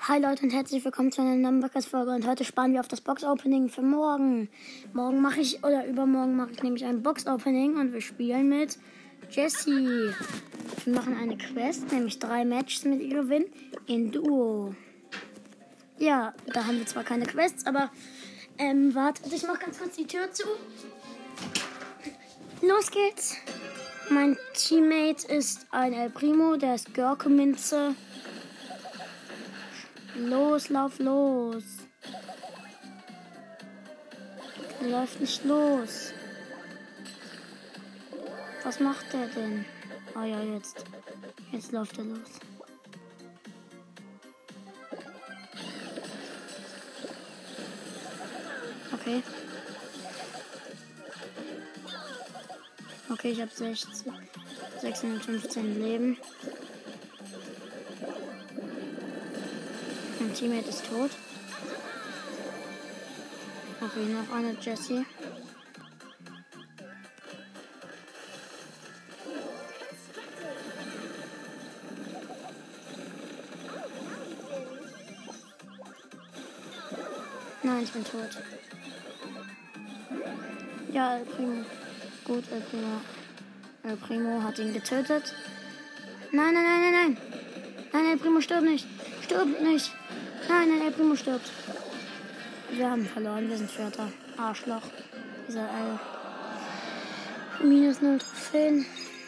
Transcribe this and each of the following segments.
Hi Leute und herzlich willkommen zu einer neuen Podcast-Folge und heute sparen wir auf das Box-Opening für morgen. Übermorgen mache ich nämlich ein Box-Opening und wir spielen mit Jessie. Wir machen eine Quest, nämlich 3 Matches mit ihr gewinnen in Duo. Ja, da haben wir zwar keine Quests, aber wartet, ich mache ganz kurz die Tür zu. Los geht's. Mein Teammate ist ein El Primo, der ist Görke-Minze. Los, lauf los. Der läuft nicht los. Was macht der denn? Ah ja, jetzt. Jetzt läuft er los. Okay. Okay, ich habe 615 Leben. Mein Teammate ist tot. Okay, noch eine Jessie. Nein, ich bin tot. Ja, El Primo. Gut, El Primo. El Primo hat ihn getötet. Nein, nein, nein, nein, nein. Nein, El Primo stirbt nicht. Stirbt nicht. Nein, nein, El Primo stirbt. Wir haben verloren, wir sind Vierter. Arschloch. Dieser minus 0 Trophäen.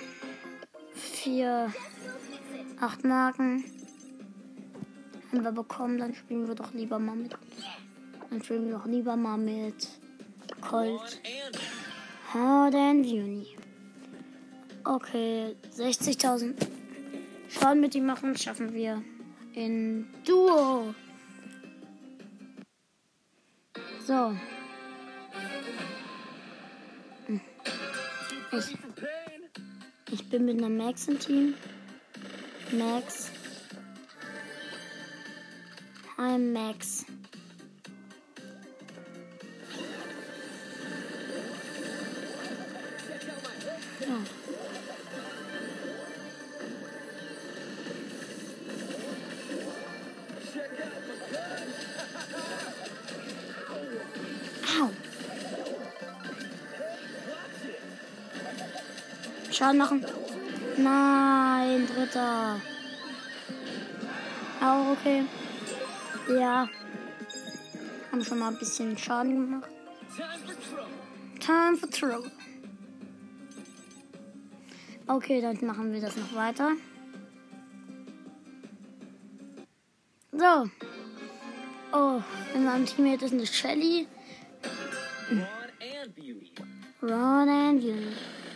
8 Marken. Haben wir bekommen, dann spielen wir doch lieber mal mit. Colt. Harden Juni. Okay, 60.000 Schaden mit ihm machen, schaffen wir in Duo. So. Ich bin mit einer Max im Team. Max. Hi Max. Ja. Au. Schaden machen. Nein, Dritter. Auch okay. Ja. Haben schon mal ein bisschen Schaden gemacht. Time for trouble. Okay, dann machen wir das noch weiter. So. Oh, in meinem Teammate ist eine Shelly. Ron and Beauty.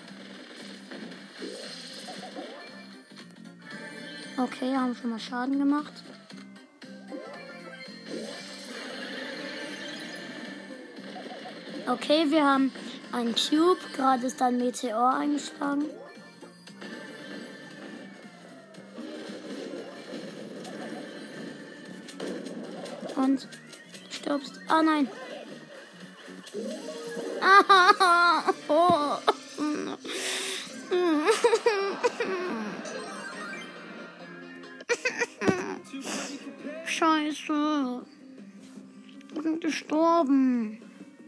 Okay, haben schon mal Schaden gemacht. Okay, wir haben einen Cube. Gerade ist ein Meteor eingeschlagen. Und stirbst. Ah, nein. Ah, oh. Scheiße. Wir sind gestorben.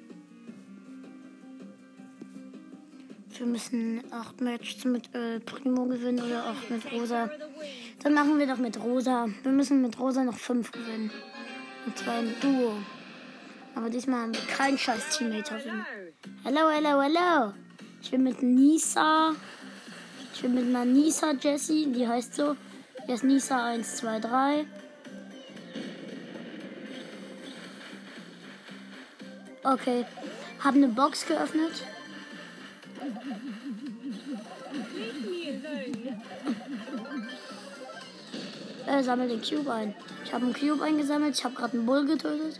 Wir müssen 8 Matches mit Primo gewinnen oder auch mit Rosa. Dann machen wir doch mit Rosa. Wir müssen mit Rosa noch 5 gewinnen. Und zwar im Duo. Aber diesmal haben wir keinen scheiß Teammate. Hello, hello, hello. Ich bin mit Nisa. Ich bin mit einer Nisa Jessie. Die heißt so. Die ist Nisa 123. Okay. Haben eine Box geöffnet. Sammel den Cube ein. Ich habe einen Cube eingesammelt. Ich habe gerade einen Bull getötet.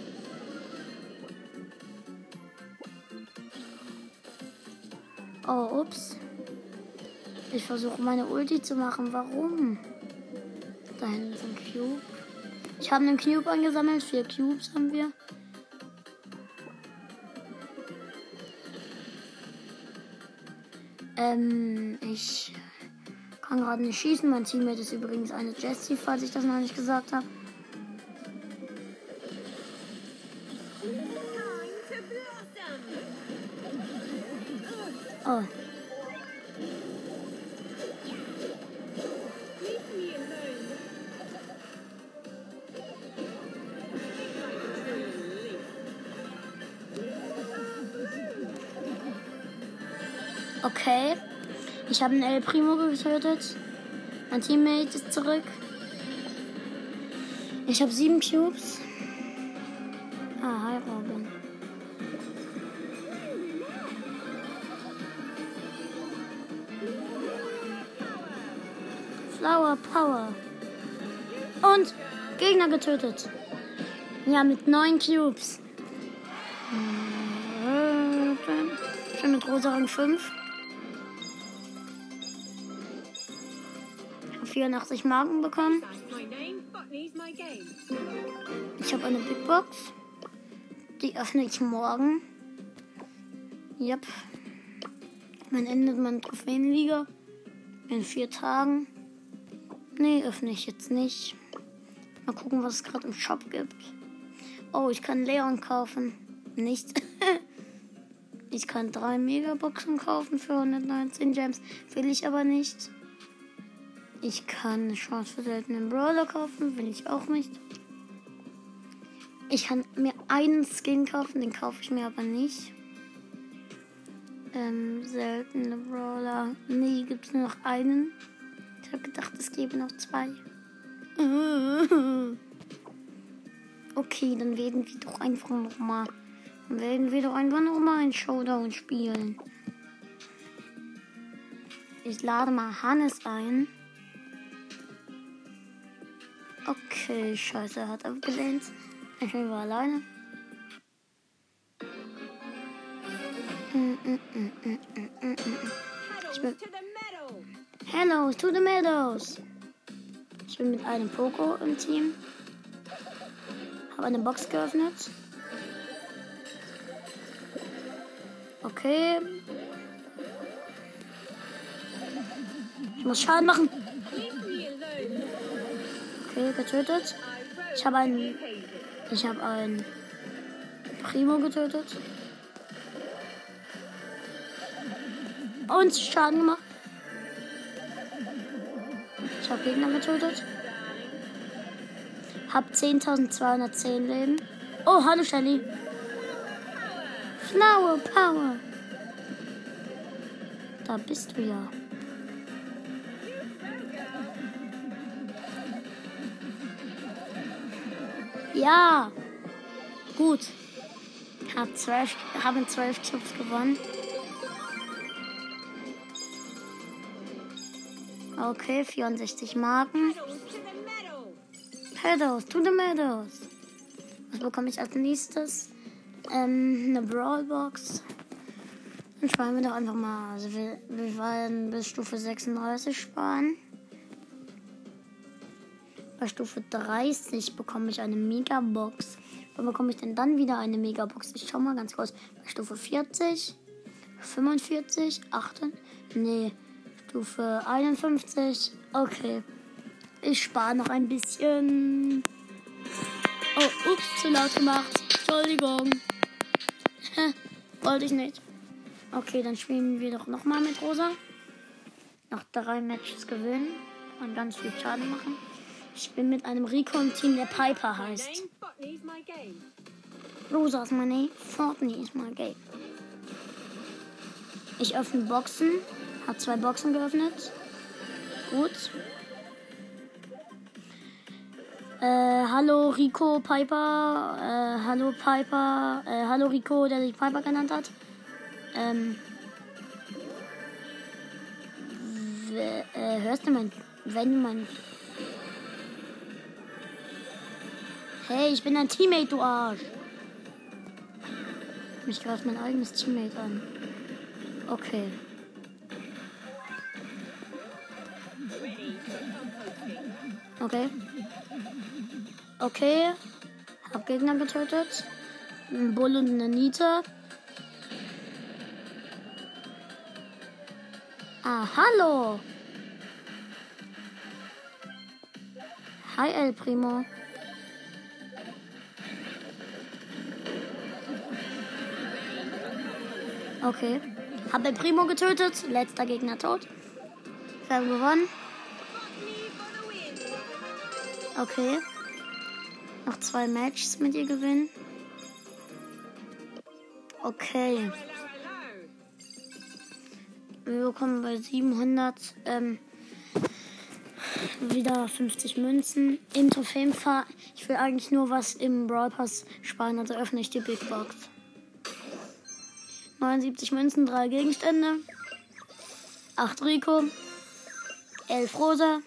Oh, ups. Ich versuche meine Ulti zu machen. Warum? Da hinten ist ein Cube. Ich habe einen Cube eingesammelt. 4 Cubes haben wir. Ich kann gerade nicht schießen. Mein Teammate ist übrigens eine Jessie, falls ich das noch nicht gesagt habe. Oh. Okay. Ich habe einen El Primo getötet. Mein Teammate ist zurück. Ich habe 7 Cubes. Ah, hi Robin. Flower Power. Und Gegner getötet. Ja, mit 9 Cubes. Schon mit rosa Rang 5. 84 Marken bekommen. Ich habe eine Big Box. Die öffne ich morgen. Yep. Wann endet meine Trophäenliga? In 4 Tagen. Nee, öffne ich jetzt nicht. Mal gucken, was es gerade im Shop gibt. Oh, ich kann Leon kaufen. Nicht. Ich kann 3 Megaboxen kaufen für 119 Gems. Will ich aber nicht. Ich kann eine Chance für seltenen Brawler kaufen. Will ich auch nicht. Ich kann mir einen Skin kaufen. Den kaufe ich mir aber nicht. Seltene Brawler. Nee, gibt es nur noch einen. Ich habe gedacht, es gäbe noch 2. Okay, dann werden wir doch einfach nochmal. Dann werden wir doch einfach nochmal einen Showdown spielen. Ich lade mal Hannes ein. Okay, scheiße, er hat abgelehnt. Ich bin alleine. Hello to the Meadows. Ich bin mit einem Poco im Team. Habe eine Box geöffnet. Okay. Ich muss Schaden machen. Okay, getötet. Ich habe einen Primo getötet. Und Schaden gemacht. Ich habe Gegner getötet. Hab 10.210 Leben. Oh, hallo Shelly. Flower Power. Da bist du ja. Ja. Gut. Haben 12 Chips gewonnen. Okay, 64 Marken. Meadows, to the Meadows. Was bekomme ich als nächstes? Eine Brawlbox. Dann sparen wir doch einfach mal. Also wir wollen bis Stufe 36 sparen. Bei Stufe 30 bekomme ich eine Megabox. Wann bekomme ich denn dann wieder eine Megabox? Ich schau mal ganz kurz. Bei Stufe 40, 45, 8. Nee, Stufe 51. Okay. Ich spare noch ein bisschen. Oh, ups, zu laut gemacht. Entschuldigung. Wollte ich nicht. Okay, dann spielen wir doch nochmal mit Rosa. Noch 3 Matches gewinnen und ganz viel Schaden machen. Ich bin mit einem Rico im Team, der Piper heißt. Rosa ist mein Name, Fortnite ist mein Game. Ich öffne Boxen. Hat 2 Boxen geöffnet. Gut. Hallo Rico, Piper. Hallo Piper. Hallo Rico, der sich Piper genannt hat. Hörst du mein... Hey, ich bin dein Teammate, du Arsch. Mich greift mein eigenes Teammate an. Okay. Okay. Okay. Hab Gegner getötet. Ein Bull und eine Nita. Ah, hallo. Hi, El Primo. Okay. Hab El Primo getötet. Letzter Gegner tot. Wir haben gewonnen. Okay. Noch 2 Matches mit ihr gewinnen. Okay. Wir bekommen bei 700 wieder 50 Münzen. Im Trophäenfahr. Ich will eigentlich nur was im Brawl Pass sparen, also öffne ich die Big Box. 79 Münzen, 3 Gegenstände. 8 Rico. 11 Rosa.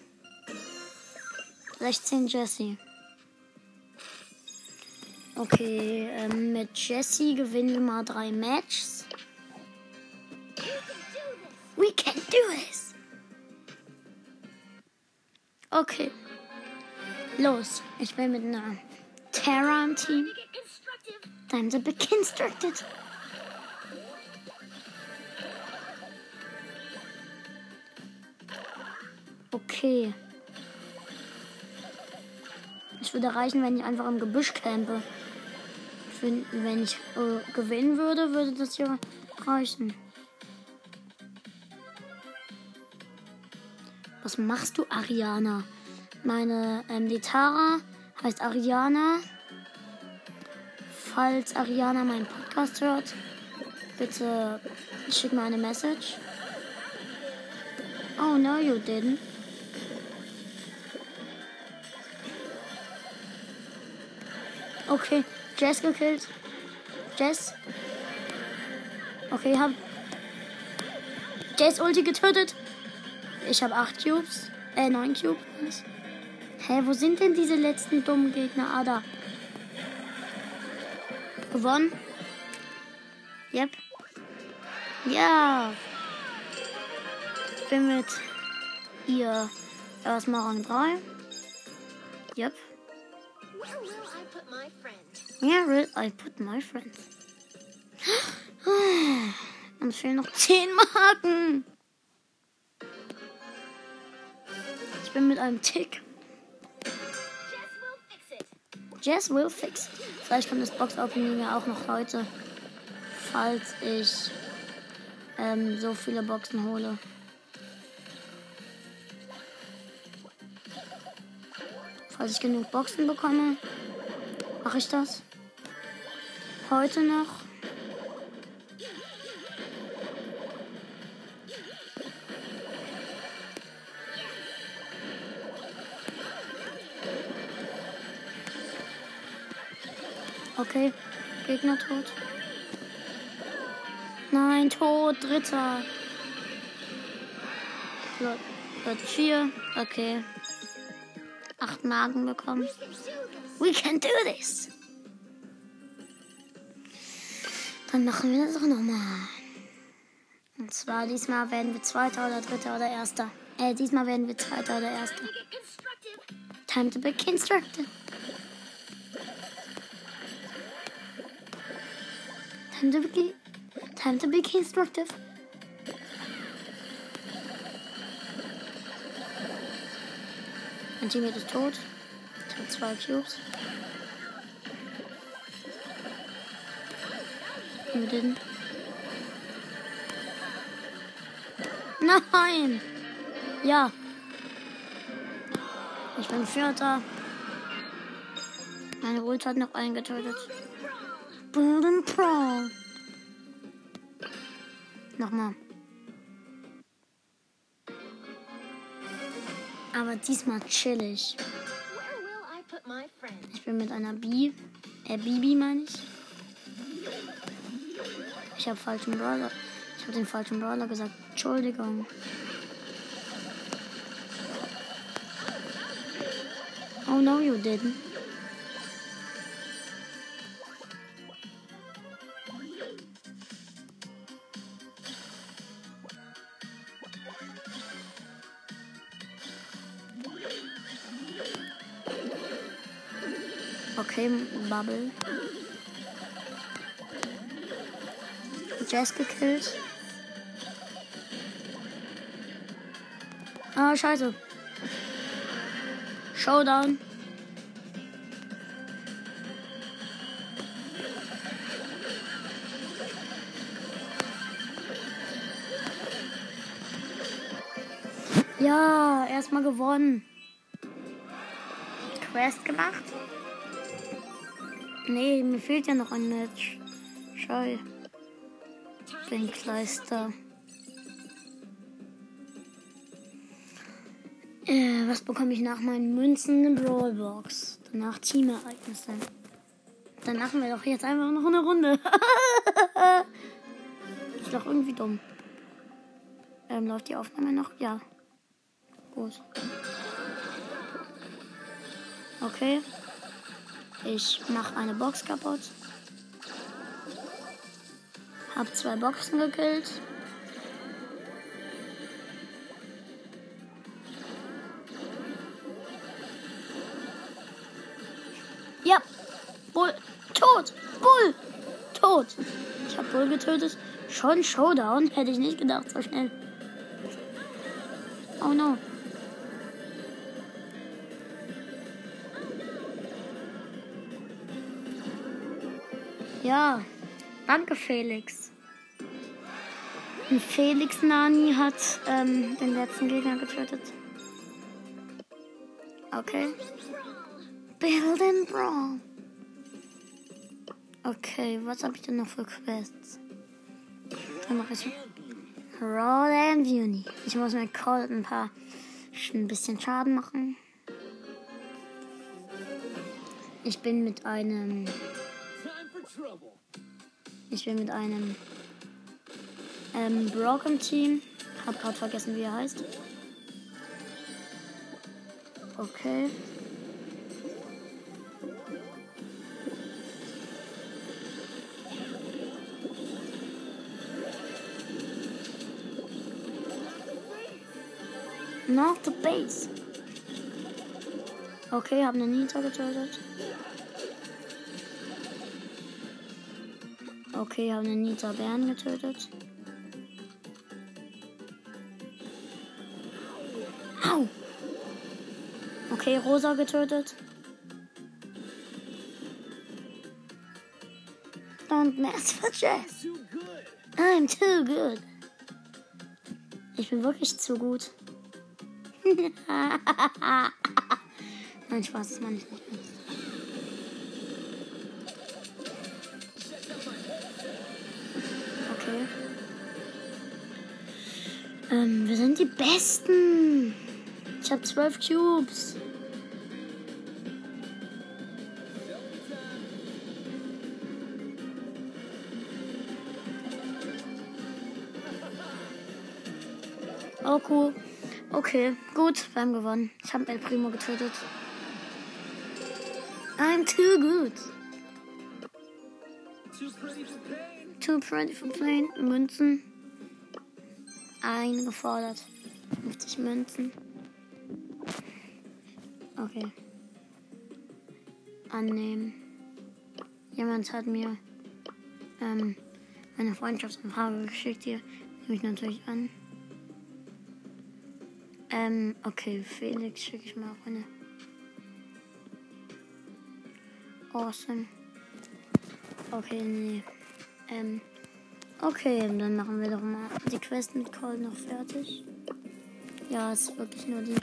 16 Jessie. Okay, mit Jessie gewinnen wir mal 3 Matches. We can do this. Okay. Los, ich bin mit einer Terra im Team. Time to be constructed. Okay. Es würde reichen, wenn ich einfach im Gebüsch campe. Wenn ich gewinnen würde, würde das hier reichen. Was machst du, Ariana? Meine Litara heißt Ariana. Falls Ariana meinen Podcast hört, bitte schick mir eine Message. Oh no, you didn't. Okay, Jess gekillt. Jess. Okay, hab Jess Ulti getötet. Ich habe 8 Cubes. 9 Cubes. Hä, wo sind denn diese letzten dummen Gegner? Ah, da. Gewonnen. Yep. Ja. Ich bin mit ihr erstmal Rang 3. Yep. Where will I put my friend? Uns fehlen noch 10 Marken. Ich bin mit einem Tick. Jess will fix it. Vielleicht kommt das Box-Opening ja auch noch heute. Falls ich so viele Boxen hole. Falls ich genug Boxen bekomme, mache ich das. Heute noch. Okay, Gegner tot. Nein, tot, dritter. Platz 4, okay. 8 Magen bekommen. We can do this. Dann machen wir das auch nochmal. Und zwar diesmal werden wir Zweiter oder Dritter oder Erster. Diesmal werden wir Zweiter oder Erster. Time to be constructed. Time to be constructive. Mein Teammate ist tot. Ich habe 2 Cubes. You didn't. Nein! Ja. Ich bin Vierter. Meine Ult hat noch einen getötet. Golden Pro. Nochmal. Aber diesmal chillig. Ich bin mit einer Bibi meine ich. Ich habe falschen Brawler. Ich habe den falschen Brawler gesagt. Entschuldigung. Oh no, you didn't. Okay, Bubble. Jess gekillt. Ah, scheiße. Showdown. Ja, erstmal gewonnen. Quest gemacht? Nee, mir fehlt ja noch ein Match. Schau. Den Kleister. Was bekomme ich nach meinen Münzen? Eine Brawlbox. Danach Teamereignisse. Dann machen wir doch jetzt einfach noch eine Runde. Ist doch irgendwie dumm. Läuft die Aufnahme noch? Ja. Gut. Okay. Ich mache eine Box kaputt. Hab 2 Boxen gekillt. Ja. Bull. Tot. Bull. Tot. Ich hab Bull getötet. Schon Showdown. Hätte ich nicht gedacht, so schnell. Oh no. Ja. Danke, Felix. Und Felix Nani hat den letzten Gegner getötet. Okay. Build and Brawl. Okay, was habe ich denn noch für Quests? Dann mache ich Raw and Uni. Ich muss mit Colt ein bisschen Schaden machen. Ich bin mit einem Brock im Team. Hab gerade vergessen, wie er heißt. Okay. Not the base. Okay, hab eine Nita getötet. Okay, habe eine Nita Bären getötet. Au! Okay, Rosa getötet. Don't mess with Jess. I'm too good. Ich bin wirklich zu gut. Nein, Spaß, das meine ich nicht. Okay. Wir sind die Besten. Ich habe 12 Cubes. Oh, cool. Okay, gut, wir haben gewonnen. Ich habe El Primo getötet. I'm too good. Too pretty for pain. Münzen. Eingefordert. 50 Münzen. Okay. Annehmen. Jemand hat mir eine Freundschaftsanfrage geschickt hier. Nehme ich natürlich an. Okay, Felix schicke ich mal auch eine. Awesome. Okay, nee. Okay, dann machen wir doch mal die Quest mit Colt noch fertig. Ja, es ist wirklich nur die.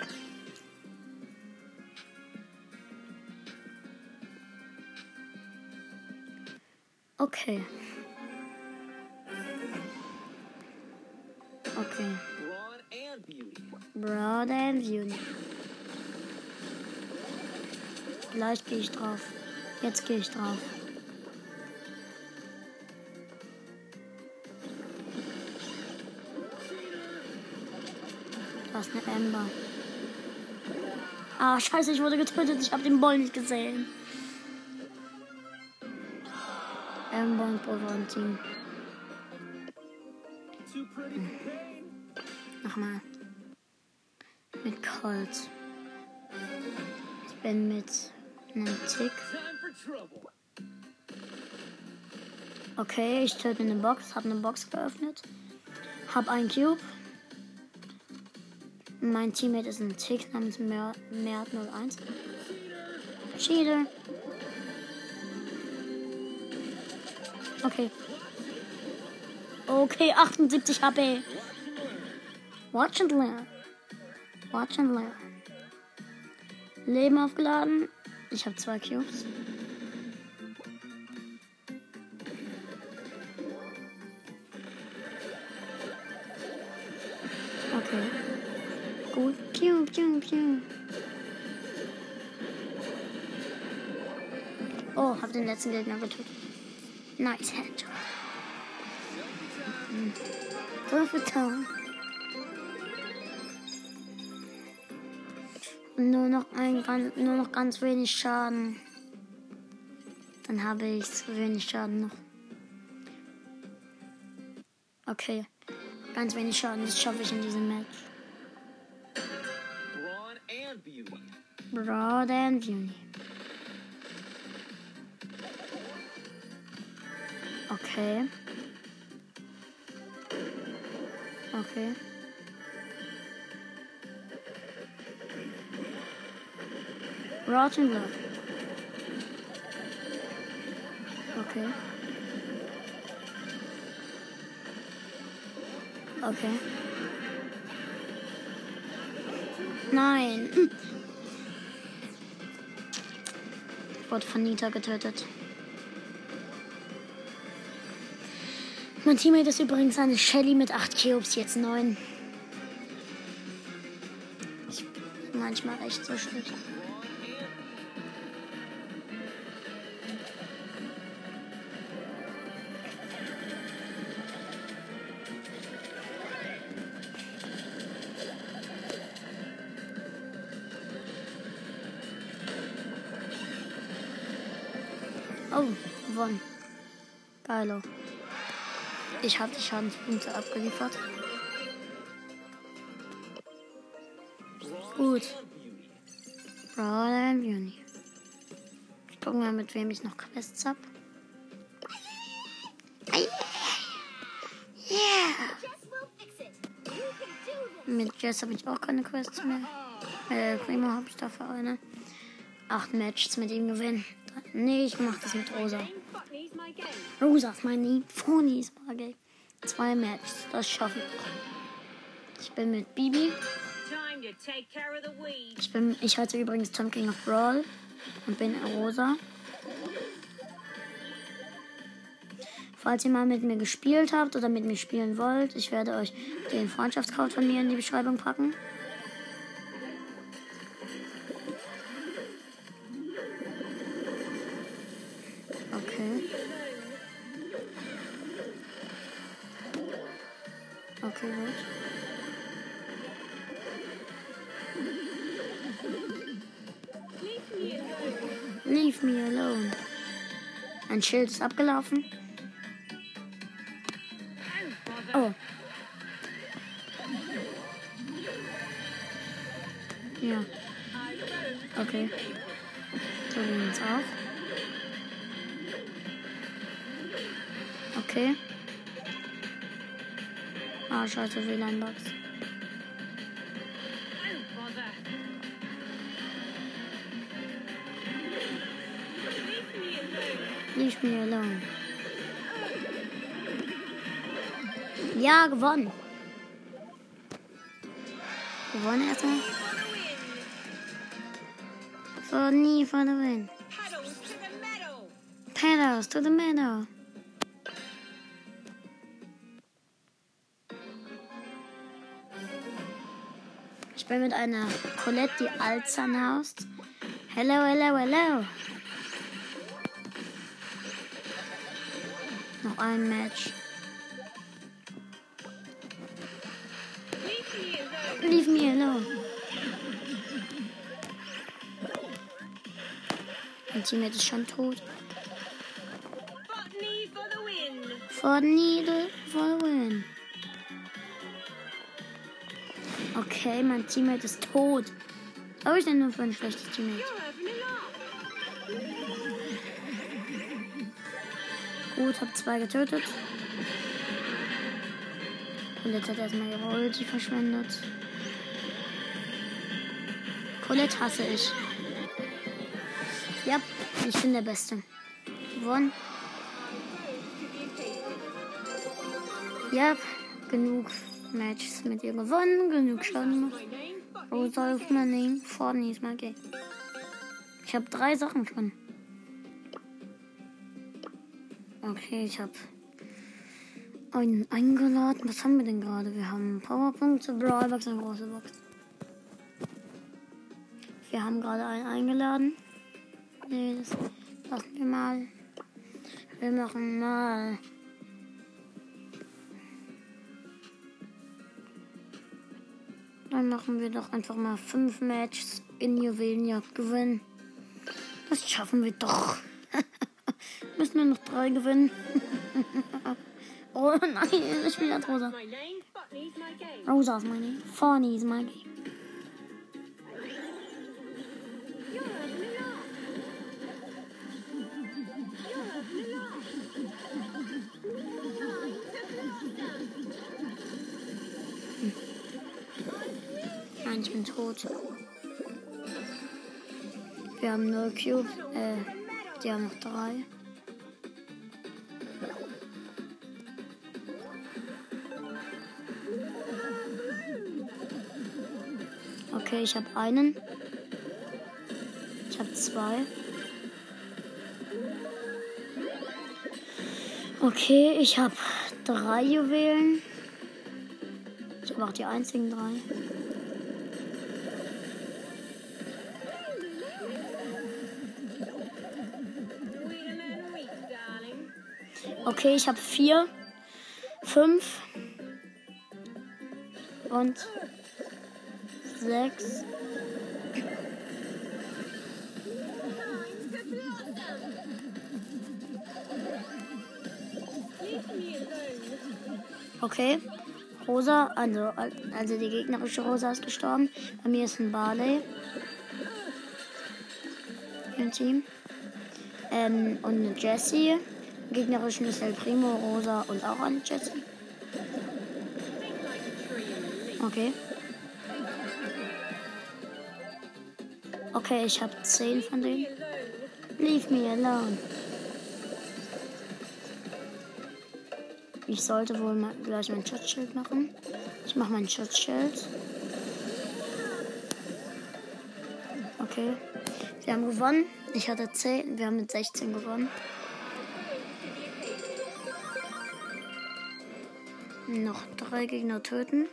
Okay. Okay. Broad and Beauty. Gleich gehe ich drauf. Jetzt gehe ich drauf. Da ist eine Amber. Ah, scheiße, ich wurde getötet. Ich habe den Ball nicht gesehen. Amber und Ball im Team. Nochmal. Mit Colt. Ich bin mit einem Tick. Okay, ich töte eine Box. Habe eine Box geöffnet. Hab einen Cube. Mein Teammate ist ein Tick namens Mert01. Cheater. Okay. Okay, 78 HP. Watch and learn. Watch and learn. Leben aufgeladen. Ich habe 2 Cubes. Okay. Gut. Cube, Cube, Cube. Oh, hab den letzten Gegner getötet. Nice Headshot. Town. Nur noch ganz wenig Schaden. Dann habe ich zu wenig Schaden noch. Okay. Ganz wenig Schaden, das schaffe ich in diesem Match. Broad and Beauty. Okay. Okay. Rotten Blood. Okay. Okay. Nein. Ich wurde von Nita getötet. Mein Teammate ist übrigens eine Shelly mit 8 Cubes, jetzt 9. Ich bin manchmal echt so schlecht. Oh, gewonnen. Geilo. Ich habe die Schadenspunkte abgeliefert. Gut. Brawl and Beauty. Ich gucke mal, mit wem ich noch Quests habe. Yeah! Mit Jess habe ich auch keine Quests mehr. Primo habe ich dafür eine. 8 Matches mit ihm gewinnen. Nee, ich mach das mit Rosa. Rosa ist mein Name. Phony ist mein Game. 2 Matches, das schaffe ich. Ich bin mit Bibi. Ich heiße übrigens Tom King of Brawl und bin Rosa. Falls ihr mal mit mir gespielt habt oder mit mir spielen wollt, ich werde euch den Freundschaftscode von mir in die Beschreibung packen. Okay. Okay, gut. Leave me alone. Ein Schild ist abgelaufen. Oh. Ja. Okay. So gehen wir jetzt auch. Okay. Ah, scheiße, WLAN-Bugs. Leave me alone. Ja, gewonnen. Gewonnen erstmal. For me, for the win. Pedals to the meadow. Ich bin mit einer Colette, die Alzan haust. Hello, hello, hello. Noch ein Match. Leave me alone. Mein Teammate ist schon tot. For the needle, for the win. Okay, mein Teammate ist tot. Was habe ich denn nur für ein schlechtes Teammate? Gut, hab 2 getötet. Colette hat erstmal ihre Ulti verschwendet. Colette hasse ich. Ja, ich bin der Beste. Gewonnen. Ja, genug Matches mit ihr gewonnen, genug Schaden gemacht. Rosa ist mein Name, Fortnite ist mein Game. Ich habe 3 Sachen schon. Okay, ich habe einen eingeladen. Was haben wir denn gerade? Wir haben Powerpunkte, Brawlbox und große Box. Wir haben gerade einen eingeladen. Nee, das lassen wir mal. Wir machen mal. Dann machen wir doch einfach mal 5 Matches in Juwelenjagd gewinnen. Das schaffen wir doch. Müssen wir noch 3 gewinnen? Oh nein, ich bin jetzt Rosa. Rosa ist meine. Fortnite ist mein Game. Nein, ich bin tot. Wir haben 0 Cube. Die haben noch 3. Okay, ich habe einen. Ich habe 2. Okay, ich habe 3 Juwelen. Ich habe auch die einzigen 3. Okay, ich habe 4, 5 und 6. Okay, Rosa, also die gegnerische Rosa ist gestorben. Bei mir ist ein Barley im Team. Und eine Jessie. Im gegnerischen ist El Primo, Rosa und auch eine Jessie. Okay. Okay, ich habe 10 von denen. Leave me alone. Ich sollte wohl mal gleich mein Schutzschild machen. Ich mache mein Schutzschild. Okay. Wir haben gewonnen. Ich hatte 10. Wir haben mit 16 gewonnen. Noch 3 Gegner töten.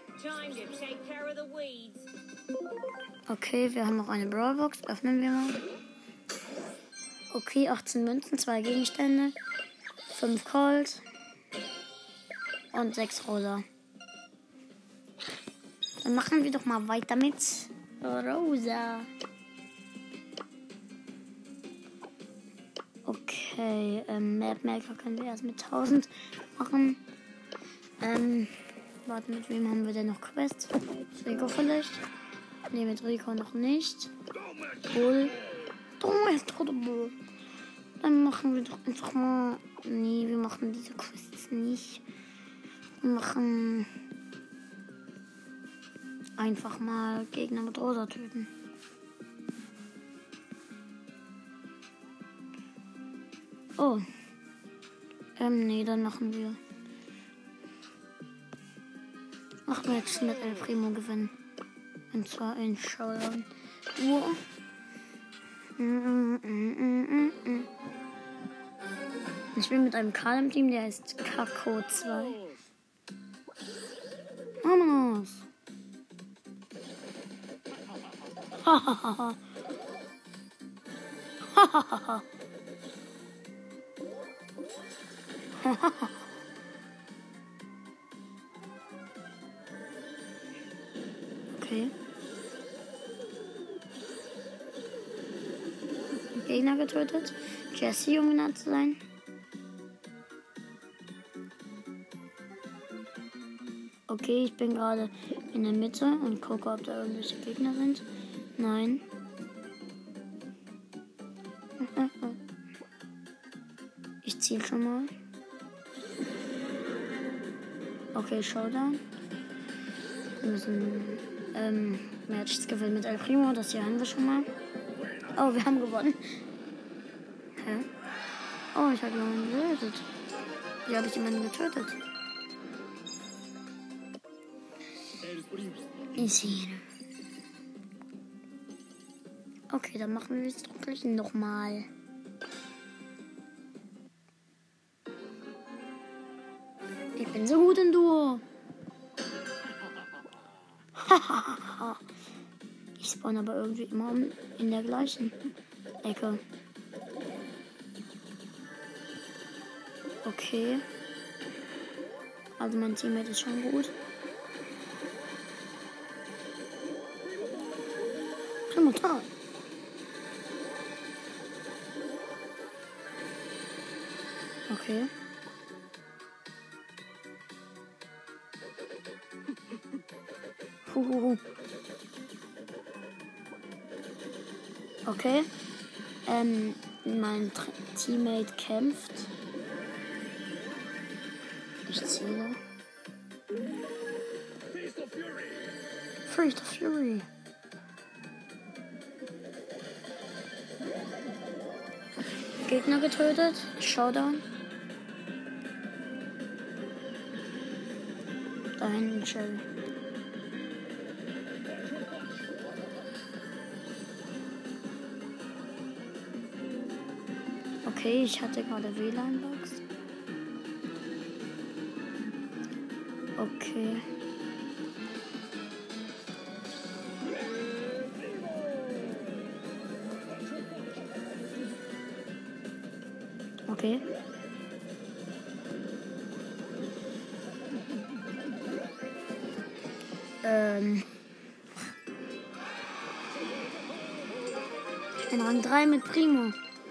Okay, wir haben noch eine Brawlbox. Öffnen wir mal. Okay, 18 Münzen, 2 Gegenstände, 5 Colt und 6 Rosa. Dann machen wir doch mal weiter mit Rosa. Okay, Map Maker können wir erst mit 1000 machen. Warte, mit wem haben wir denn noch Quest? Rico vielleicht? Ne, mit Rico noch nicht. Bull. Bull. Dann machen wir doch einfach mal. Nee, wir machen diese Quests nicht. Wir machen einfach mal Gegner mit Rosa töten. Oh. Nee, dann machen wir. Ach, wir jetzt mit El Primo gewinnen. Und zwar in Showdown. Ich bin mit einem Karl im Team, der heißt Kako 2. Vamos! Hahaha. Hahaha. Hahaha. Okay. Gegner getötet. Jessie, um genannt zu sein. Okay, ich bin gerade in der Mitte und gucke, ob da irgendwelche Gegner sind. Nein. Ich ziele schon mal. Okay, Showdown. Wir müssen Matches gewinnen mit El Primo. Das hier haben wir schon mal. Oh, wir haben gewonnen. Hä? Oh, ich habe jemanden getötet. Wie habe ich jemanden getötet? Ich sehe. Okay, dann machen wir es wirklich nochmal. Ich bin so gut im Duo. Ich spawn aber irgendwie immer in der gleichen Ecke. Okay. Also mein Teammate ist schon gut. Total. Okay. Huhuhu. Okay. Mein Teammate kämpft. Ich ziele. Feast of Fury. Gegner getötet. Showdown. Da hinten Shelly. Okay, ich hatte gerade WLAN-Box. Okay. Okay. Ich bin Rang 3 mit Primo.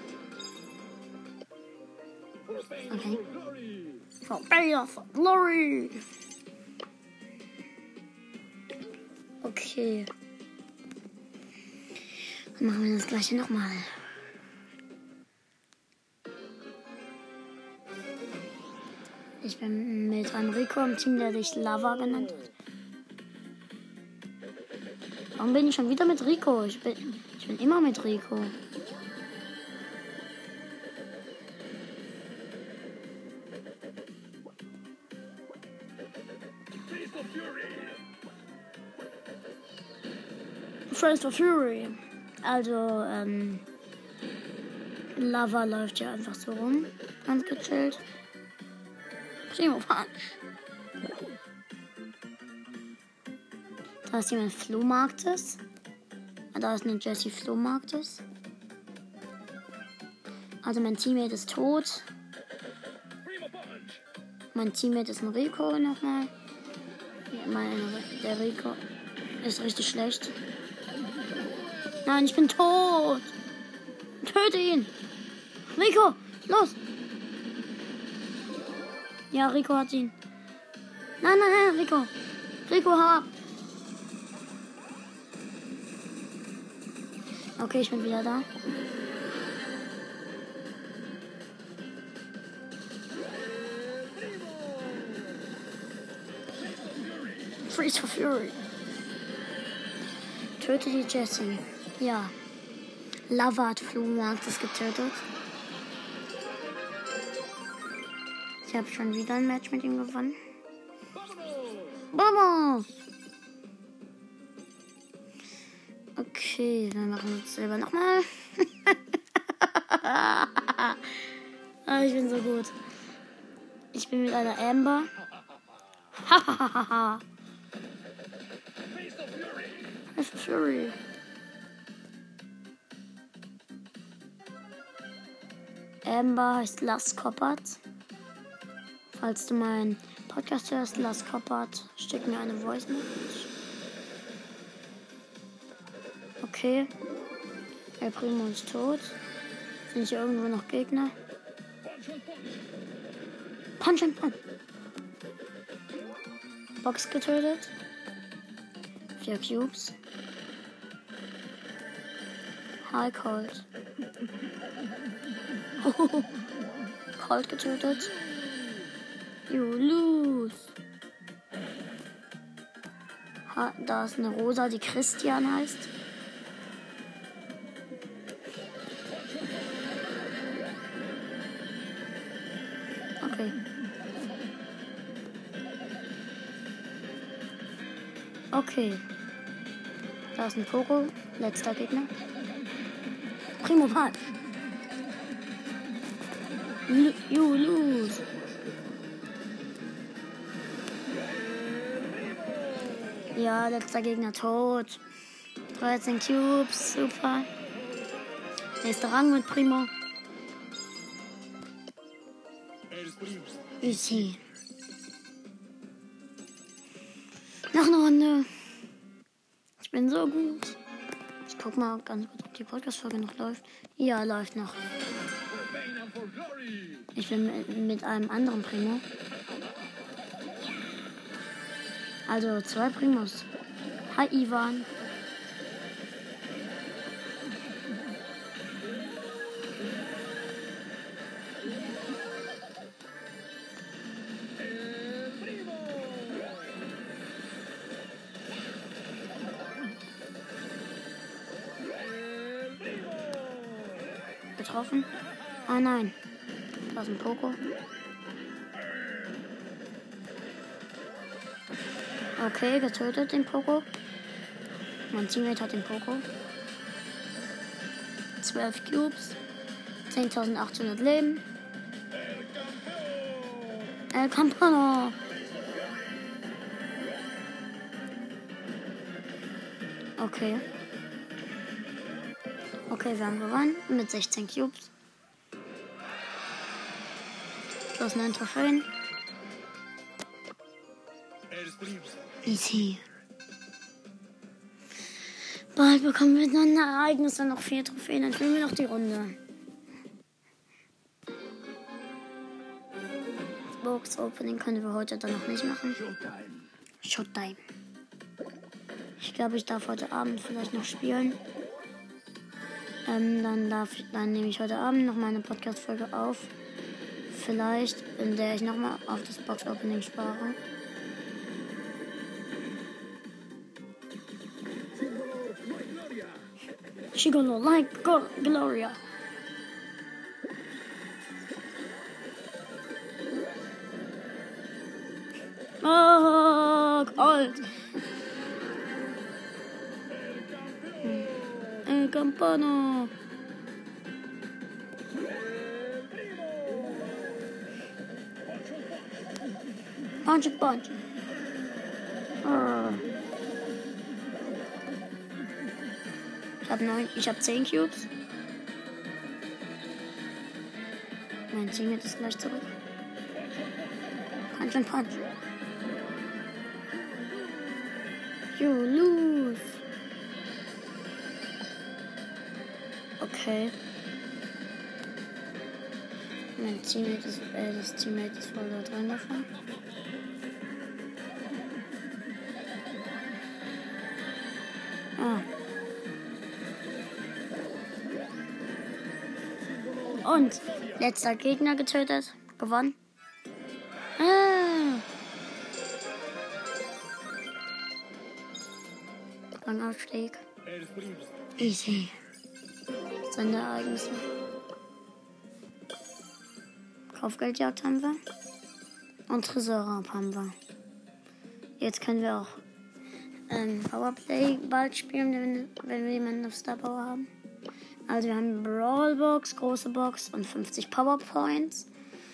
Okay. For Bale for Glory. Okay. Dann machen wir das gleiche nochmal. Ich bin mit einem Rico im Team, der sich Lava genannt hat. Warum bin ich schon wieder mit Rico? Ich bin immer mit Rico. Feast of Fury. Also, Lava läuft ja einfach so rum. Ganz gechillt. Primo Punch. Da ist jemand Flohmarktes. Da ist eine Jessie Flohmarktes. Also mein Teammate ist tot. Mein Teammate ist ein Rico nochmal. Ja, der Rico ist richtig schlecht. Nein, ich bin tot. Töte ihn. Rico, los. Ja, Rico hat ihn. Nein, nein, nein, Rico. Rico, hau ab. Okay, ich bin wieder da. Feast of Fury. Töte die Jessie. Ja. Lava hat Flohmarktes getötet. Ich habe schon wieder ein Match mit ihm gewonnen. Vamos! Okay, dann machen wir es selber nochmal. Ich bin so gut. Ich bin mit einer Amber. Hahaha. Feast of Fury. Amber heißt Last Coppert. Falls du meinen Podcast hörst, Last Coppert, schick mir eine Voice Message. Okay. El Primo ist tot. Sind hier irgendwo noch Gegner? Punch and Punch. Box getötet. 4 Cubes. High Cold. Cold getötet. You lose. Da ist eine Rosa, die Christian heißt. Okay. Okay. Da ist ein Poco. Letzter Gegner. Primo Part. You lose. Ja, letzter Gegner tot. 13 Cubes, super. Nächster Rang mit Primo. Easy. Noch eine Runde. Ich bin so gut. Ich guck mal ganz kurz, ob die Podcast-Folge noch läuft. Ja, läuft noch. Ich bin mit einem anderen Primo. Also 2 Primos. Hi Ivan. Getroffen? Ah nein. Da ist ein Poco. Okay, getötet den Poco. Mein Teammate hat den Poco. 12 Cubes. 10.800 Leben. El Campano. Okay. Okay, wir haben gewonnen mit 16 Cubes. Plus 9 Trophäen. Easy. Bald bekommen wir dann Ereignisse, noch 4 Trophäen, dann spielen wir noch die Runde. Das Box Opening können wir heute dann noch nicht machen. Showtime. Ich glaube, ich darf heute Abend vielleicht noch spielen. Dann nehme ich heute Abend noch meine Podcast-Folge auf. Vielleicht, in der ich nochmal auf das Box Opening spare. She gonna like Gloria. Oh, Gold. El Campano. Punch. Ich habe 10 Cubes. Mein Teammate ist gleich zurück. Punch. You lose. Okay. Das Teammate ist voll da drin davon. Und letzter Gegner getötet. Gewonnen. Rangaufstieg. Easy. Sonderereignisse. Kaufgeldjagd haben wir. Und Tresorraub haben wir. Jetzt können wir auch Powerplay bald spielen, wenn wir jemanden auf Star Power haben. Also wir haben Brawlbox, große Box und 50 Powerpoints.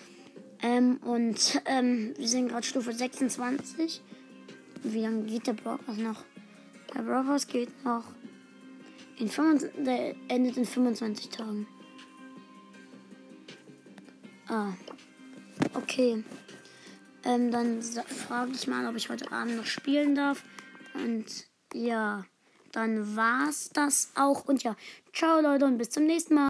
Wir sind gerade Stufe 26. Wie lange geht der Brawlbox noch? Der Brawlbox geht noch der endet in 25 Tagen. Okay. Dann frage ich mal, ob ich heute Abend noch spielen darf. Und ja, dann war's das auch. Und ja, ciao Leute und bis zum nächsten Mal.